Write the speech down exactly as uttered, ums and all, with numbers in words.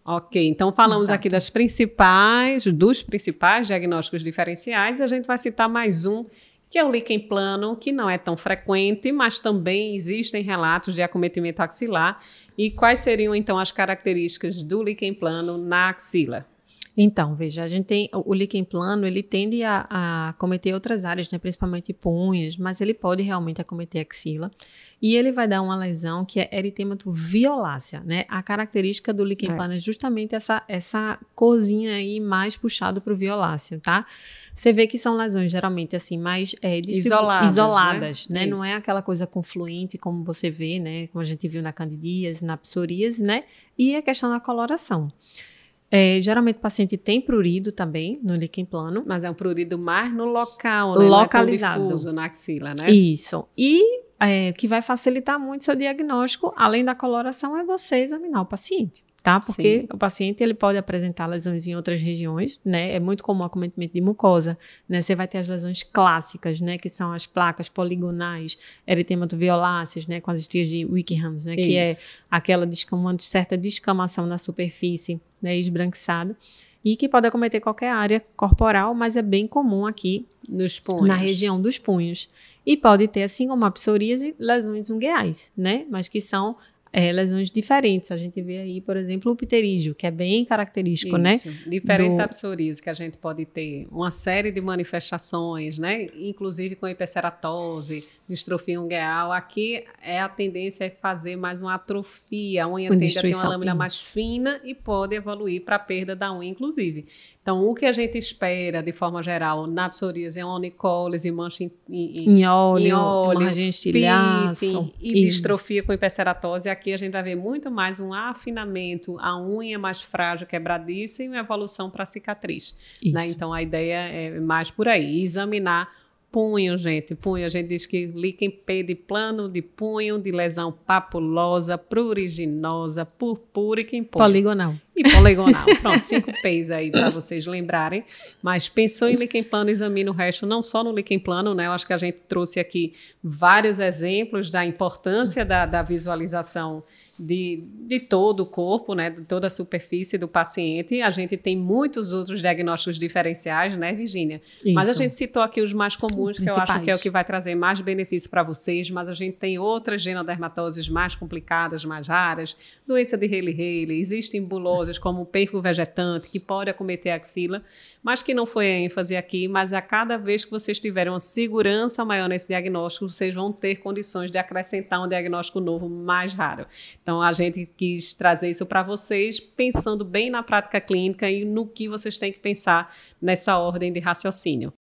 Ok, então falamos Exato. aqui das principais, dos principais diagnósticos diferenciais, e a gente vai citar mais um, que é o líquen plano, que não é tão frequente, mas também existem relatos de acometimento axilar. E quais seriam, então, as características do líquen plano na axila? Então, veja, a gente tem o líquen plano, ele tende a, a acometer outras áreas, né, principalmente punhos, mas ele pode realmente acometer axila. E ele vai dar uma lesão que é eritêmato violácea, né? A característica do líquen É. plano é justamente essa, essa corzinha aí mais puxado para o violáceo, tá? Você vê que são lesões geralmente assim mais é, distribu- Isoladas, isoladas, né? né? Não Isso. é aquela coisa confluente como você vê, né? Como a gente viu na candidíase, na psoríase, né? E a questão da coloração. É, geralmente o paciente tem prurido também no líquen plano. Mas é um prurido mais no local, né? Localizado. Não é tão difuso na axila, né? Isso. E é, o que vai facilitar muito seu diagnóstico, além da coloração, é você examinar o paciente, tá? Porque Sim. o paciente ele pode apresentar lesões em outras regiões, né? É muito comum o acometimento de mucosa, né? Você vai ter as lesões clássicas, né? Que são as placas poligonais, eritêmato violáceas, né? Com as estrias de Wickham, né? Que é Isso. aquela descam- uma certa descamação na superfície, né? Esbranquiçado. E que pode acometer qualquer área corporal, mas é bem comum aqui Nos punhos. na região dos punhos. E pode ter, assim como a psoríase, lesões ungueais, né? Mas que são é, lesões diferentes. A gente vê aí, por exemplo, o pterígio, que é bem característico, Isso. né? Diferente Do- da psoríase, que a gente pode ter uma série de manifestações, né? Inclusive com hiperceratose, distrofia ungueal. Aqui é a tendência é fazer mais uma atrofia. A unha Com tende a ter uma destruição, lâmina mais isso. fina e pode evoluir para a perda da unha, inclusive. Então, o que a gente espera, de forma geral, na psoríase é uma onicólise, mancha em, em, Em óleo, em óleo, hemorragia em estilhaço. pitting e Isso. distrofia com hiperceratose. Aqui a gente vai ver muito mais um afinamento, a unha mais frágil, quebradiça e uma evolução para cicatriz. Isso. Né? Então a ideia é mais por aí. E examinar punho, gente. Punho, a gente diz que líquen P de plano, de punho, de lesão papulosa, pruriginosa, purpúrica em punho. Poligonal. E poligonal. Pronto, cinco P's aí para vocês lembrarem. Mas pensou em líquen plano, examine o resto, não só no líquen plano, né? Eu acho que a gente trouxe aqui vários exemplos da importância da, da visualização de, de todo o corpo, né? De toda a superfície do paciente. A gente tem muitos outros diagnósticos diferenciais, né, Virgínia? Mas a Isso. gente citou aqui os mais comuns, que eu acho Principais. que é o que vai trazer mais benefício para vocês, mas a gente tem outras genodermatoses mais complicadas, mais raras, doença de Hailey-Hailey, existem buloses como o pênfigo vegetante, que pode acometer a axila, mas que não foi a ênfase aqui, mas a cada vez que vocês tiverem uma segurança maior nesse diagnóstico, vocês vão ter condições de acrescentar um diagnóstico novo mais raro. Então, a gente quis trazer isso para vocês, pensando bem na prática clínica e no que vocês têm que pensar nessa ordem de raciocínio.